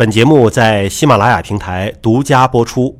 本节目在喜马拉雅平台独家播出。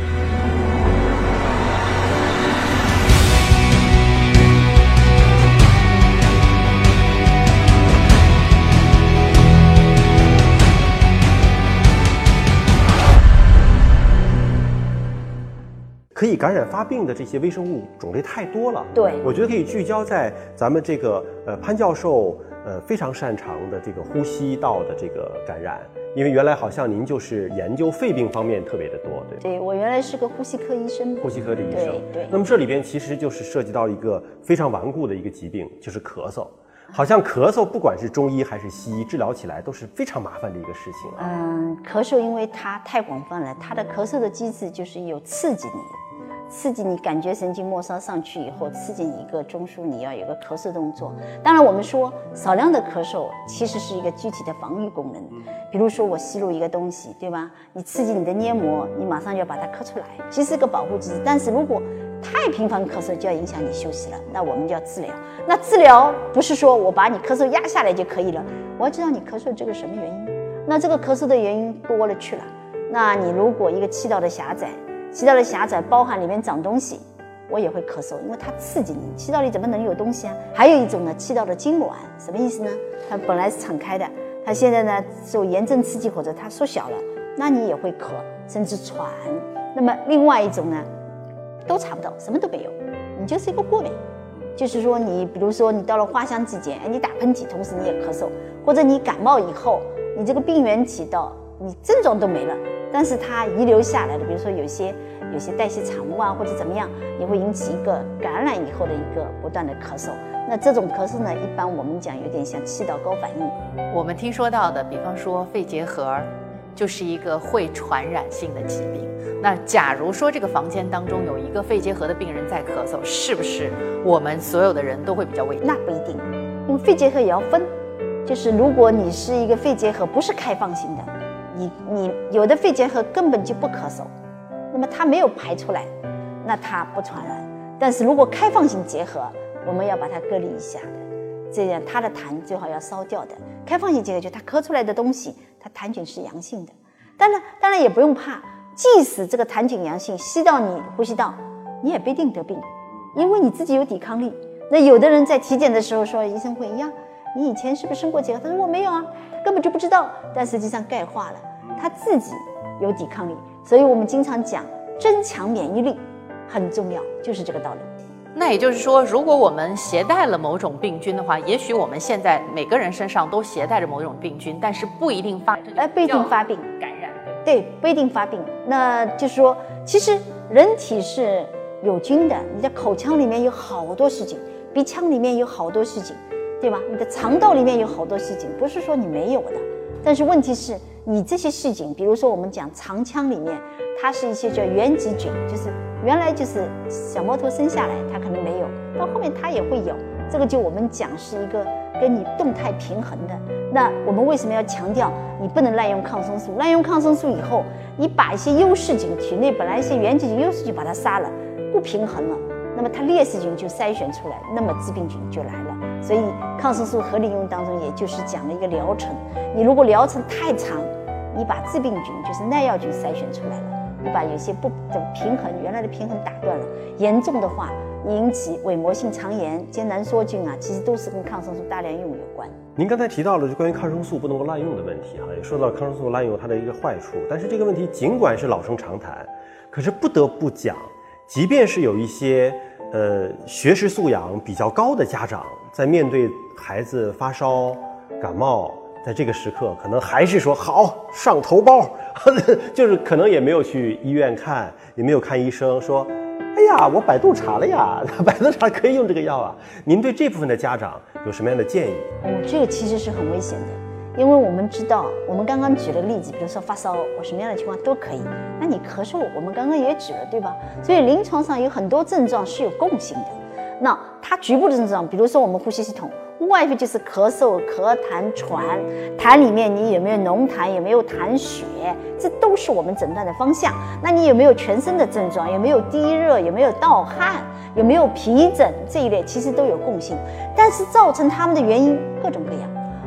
可以感染发病的这些微生物种类太多了， 对， 我觉得可以聚焦在咱们这个潘教授非常擅长的这个呼吸道的这个感染，因为原来好像您就是研究肺病方面特别的多，对吧？ 对，我原来是个呼吸科医生， 呼吸科的医生。 对。 那么这里边其实就是涉及到一个非常顽固的一个疾病，就是咳嗽。好像咳嗽不管是中医还是西医，治疗起来都是非常麻烦的一个事情啊。 咳嗽因为它太广泛了，它的咳嗽的机制就是有刺激你感觉神经末梢上去以后，刺激你一个中枢，你要有个咳嗽动作。当然我们说少量的咳嗽其实是一个具体的防御功能，比如说我吸入一个东西，对吧？你刺激你的黏膜，你马上就要把它咳出来，其实是个保护机制。但是如果太频繁咳嗽就要影响你休息了，那我们就要治疗。那治疗不是说我把你咳嗽压下来就可以了，我要知道你咳嗽这个什么原因。那这个咳嗽的原因多了去了，那你如果一个气道的狭窄包含里面长东西，我也会咳嗽，因为它刺激你。气道里怎么能有东西啊？还有一种呢，气道的痉挛，什么意思呢？它本来是敞开的，它现在呢受炎症刺激或者它缩小了，那你也会咳，甚至喘。那么另外一种呢，都查不到，什么都没有，你就是一个过敏。就是说你比如说你到了花香季节，你打喷嚏，同时你也咳嗽，或者你感冒以后，你这个病原体到你症状都没了，但是它遗留下来的，比如说有些代谢产物啊，或者怎么样，也会引起一个感染以后的一个不断的咳嗽。那这种咳嗽呢，一般我们讲有点像气道高反应。 我们听说到的，比方说肺结核，就是一个会传染性的疾病。那假如说这个房间当中有一个肺结核的病人在咳嗽，是不是我们所有的人都会比较危险？ 那不一定，因为肺结核也要分，就是如果你是一个肺结核不是开放性的，你有的肺结核根本就不咳嗽，那么它没有排出来，那它不传染。但是如果开放性结核，我们要把它隔离一下的，这样它的痰最好要烧掉的。开放性结核就它咳出来的东西，它痰菌是阳性的。当然也不用怕，即使这个痰菌阳性吸到你呼吸道，你也不一定得病，因为你自己有抵抗力。那有的人在体检的时候说，医生会呀，你以前是不是生过结核？他说我没有啊，根本就不知道，但实际上钙化了，他自己有抵抗力。所以我们经常讲增强免疫力很重要，就是这个道理。 那也就是说，如果我们携带了某种病菌的话，也许我们现在每个人身上都携带着某种病菌，但是不一定发病感染， 对，不一定发病。那就是说，其实人体是有菌的，你的口腔里面有好多事情，鼻腔里面有好多事情，对吧？你的肠道里面有好多事情，不是说你没有的。但是问题是你这些事情，比如说我们讲肠腔里面，它是一些叫原籍菌，就是原来就是小猫头生下来它可能没有，到后面它也会有，这个就我们讲是一个跟你动态平衡的。那我们为什么要强调你不能滥用抗生素？滥用抗生素以后，你把一些优势菌，体内本来一些原籍菌优势菌把它杀了，不平衡了，那么它劣势菌就筛选出来，那么致病菌就来了。所以抗生素合理用当中，也就是讲了一个疗程。你如果疗程太长，你把致病菌就是耐药菌筛选出来了，你把有些不平衡原来的平衡打断了，严重的话引起伪膜性肠炎、艰难梭菌啊，其实都是跟抗生素大量用有关。 您刚才提到了就关于抗生素不能够滥用的问题也说到了抗生素滥用它的一个坏处，但是这个问题尽管是老生常谈，可是不得不讲，即便是有一些学识素养比较高的家长，在面对孩子发烧感冒，在这个时刻可能还是说好上头孢就是可能也没有去医院看，也没有看医生，说哎呀我百度查了呀，百度查可以用这个药啊。您对这部分的家长有什么样的建议？ 这个其实是很危险的，因为我们知道，我们刚刚举了例子，比如说发烧，我什么样的情况都可以。那你咳嗽，我们刚刚也举了，对吧？所以临床上有很多症状是有共性的。那它局部的症状，比如说我们呼吸系统，外部就是咳嗽、咳痰、喘，痰里面你有没有浓痰，有没有痰血，这都是我们诊断的方向。那你有没有全身的症状，有没有低热，有没有盗汗，有没有皮疹，这一类其实都有共性，但是造成它们的原因各种各样。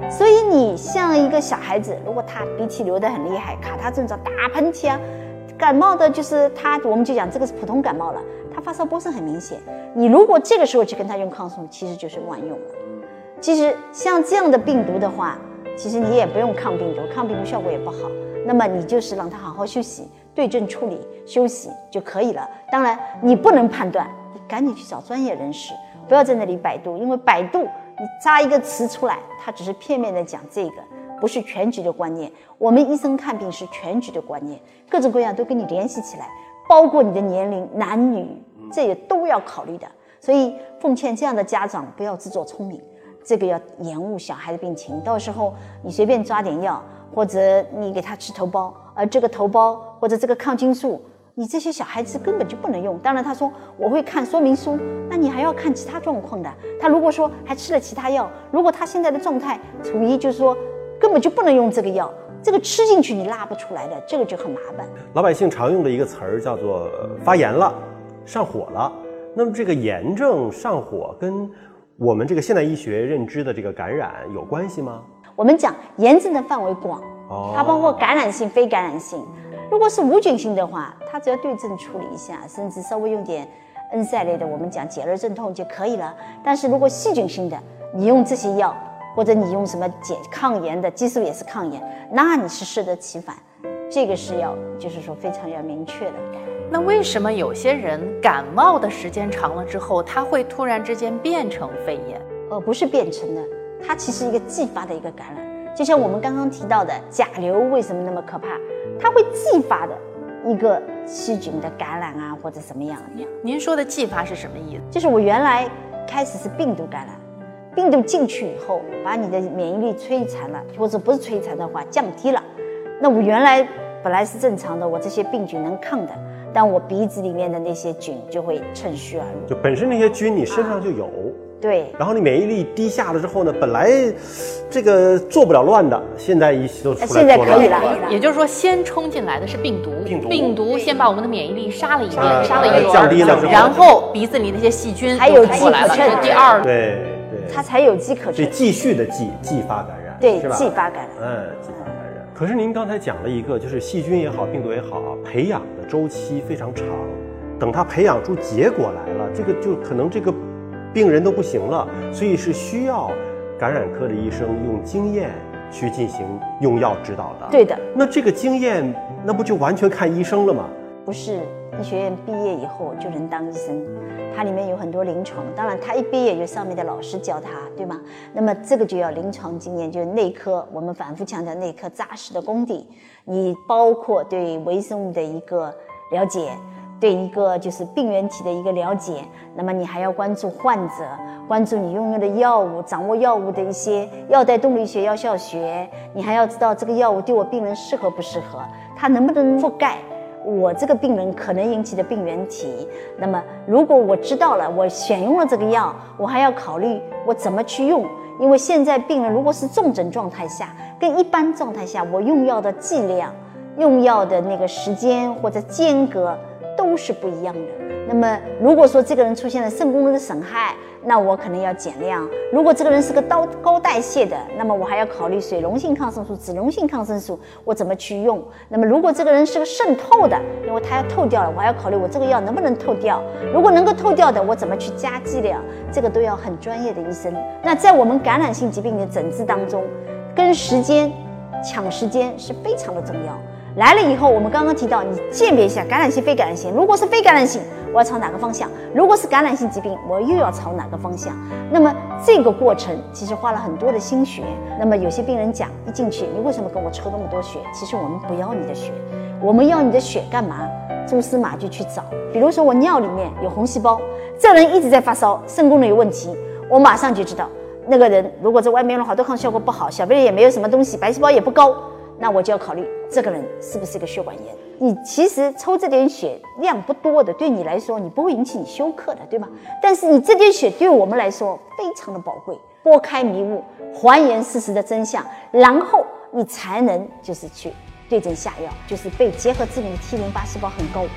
所以你像一个小孩子，如果他鼻涕流得很厉害，卡他症状，打喷嚏啊，感冒的就是他，我们就讲这个是普通感冒了，他发烧波声很明显，你如果这个时候去跟他用抗生素，其实就是乱用了。其实像这样的病毒的话，其实你也不用抗病毒，抗病毒效果也不好，那么你就是让他好好休息，对症处理，休息就可以了。当然你不能判断，你赶紧去找专业人士，不要在那里百度，因为百度你扎一个词出来，它只是片面的讲这个，不是全局的观念。我们医生看病是全局的观念，各种各样都跟你联系起来，包括你的年龄、男女，这也都要考虑的。所以奉劝这样的家长不要自作聪明，这个要延误小孩的病情，到时候你随便抓点药，或者你给他吃头孢，而这个头孢或者这个抗菌素，你这些小孩子根本就不能用。当然他说我会看说明书，那你还要看其他状况的。他如果说还吃了其他药，如果他现在的状态处于就是说根本就不能用这个药，这个吃进去你拉不出来的，这个就很麻烦。 老百姓常用的一个词儿叫做发炎了、上火了。那么这个炎症上火跟我们这个现代医学认知的这个感染有关系吗？ 我们讲炎症的范围广，它包括感染性、非感染性。如果是无菌性的话，它只要对症处理一下，甚至稍微用点恩赛类的，我们讲解热镇痛就可以了。但是如果细菌性的，你用这些药，或者你用什么抗炎的激素也是抗炎，那你是适得其反。这个是要就是说非常要明确的。 那为什么有些人感冒的时间长了之后，他会突然之间变成肺炎？ 不是变成的，它其实一个继发的一个感染。就像我们刚刚提到的甲流为什么那么可怕，它会继发的一个细菌的感染啊，或者什么样的。 您说的继发是什么意思？ 就是我原来开始是病毒感染，病毒进去以后把你的免疫力摧残了，或者不是摧残的话降低了，那我原来本来是正常的，我这些病菌能抗的，但我鼻子里面的那些菌就会趁虚而入。 就本身那些菌你身上就有， 对， 然后你免疫力低下了之后呢，本来这个做不了乱的，现在一都出来现在可以了。 也就是说，先冲进来的是病毒，病毒先把我们的免疫力杀了一遍，杀了一轮， 降低了之后， 然后鼻子里那些细菌还有过来了， 机可乘， 第二， 对， 它才有机可乘。 所以继续的继发感染， 对， 是吧？ 继发感染， 继发感染。可是您刚才讲了一个，就是细菌也好，病毒也好，培养的周期非常长，等它培养出结果来了，这个就可能这个病人都不行了，所以是需要感染科的医生用经验去进行用药指导的。 对的。 那这个经验，那不就完全看医生了吗？ 不是医学院毕业以后就能当医生，它里面有很多临床，当然他一毕业有上面的老师教他，对吗？那么这个就要临床经验，就是内科，我们反复强调内科扎实的功底，你包括对微生物的一个了解，对一个就是病原体的一个了解，那么你还要关注患者，关注你用的药物，掌握药物的一些药代动力学、药效学，你还要知道这个药物对我病人适合不适合，它能不能覆盖我这个病人可能引起的病原体。那么如果我知道了，我选用了这个药，我还要考虑我怎么去用，因为现在病人如果是重症状态下跟一般状态下，我用药的剂量、用药的那个时间或者间隔都是不一样的。那么如果说这个人出现了肾功能的损害，那我可能要减量。如果这个人是个高代谢的，那么我还要考虑水溶性抗生素、脂溶性抗生素我怎么去用。那么如果这个人是个渗透的，因为他要透掉了，我还要考虑我这个药能不能透掉。如果能够透掉的，我怎么去加剂量，这个都要很专业的医生。那在我们感染性疾病的诊治当中，跟时间抢时间是非常的重要。来了以后，我们刚刚提到你鉴别一下感染性、非感染性。如果是非感染性，我要朝哪个方向？如果是感染性疾病，我又要朝哪个方向？那么这个过程其实花了很多的心血。那么有些病人讲，一进去，你为什么跟我抽那么多血？其实我们不要你的血，我们要你的血干嘛？蛛丝马迹去找。比如说我尿里面有红细胞，这人一直在发烧，肾功能有问题，我马上就知道那个人如果在外面用了好多抗效果不好，小便也没有什么东西，白细胞也不高，那我就要考虑这个人是不是一个血管炎。你其实抽这点血量不多的，对你来说你不会引起你休克的，对吧？但是你这点血对我们来说非常的宝贵，拨开迷雾，还原事实的真相，然后你才能就是去对症下药，就是被结核致病的 T 淋巴细胞很高，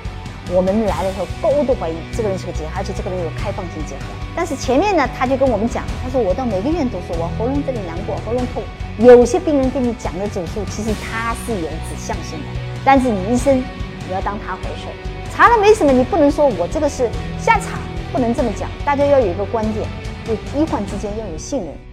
我们来的时候高度怀疑这个人是个结核，而且这个人有开放性结核。但是前面呢，他就跟我们讲，他说我到每个院都说我喉咙这里难过，喉咙痛。有些病人跟你讲的主诉，其实他是有指向性的，但是你医生你要当他回事，查了没什么，你不能说我这个是瞎查，不能这么讲。大家要有一个观点，就医患之间要有信任。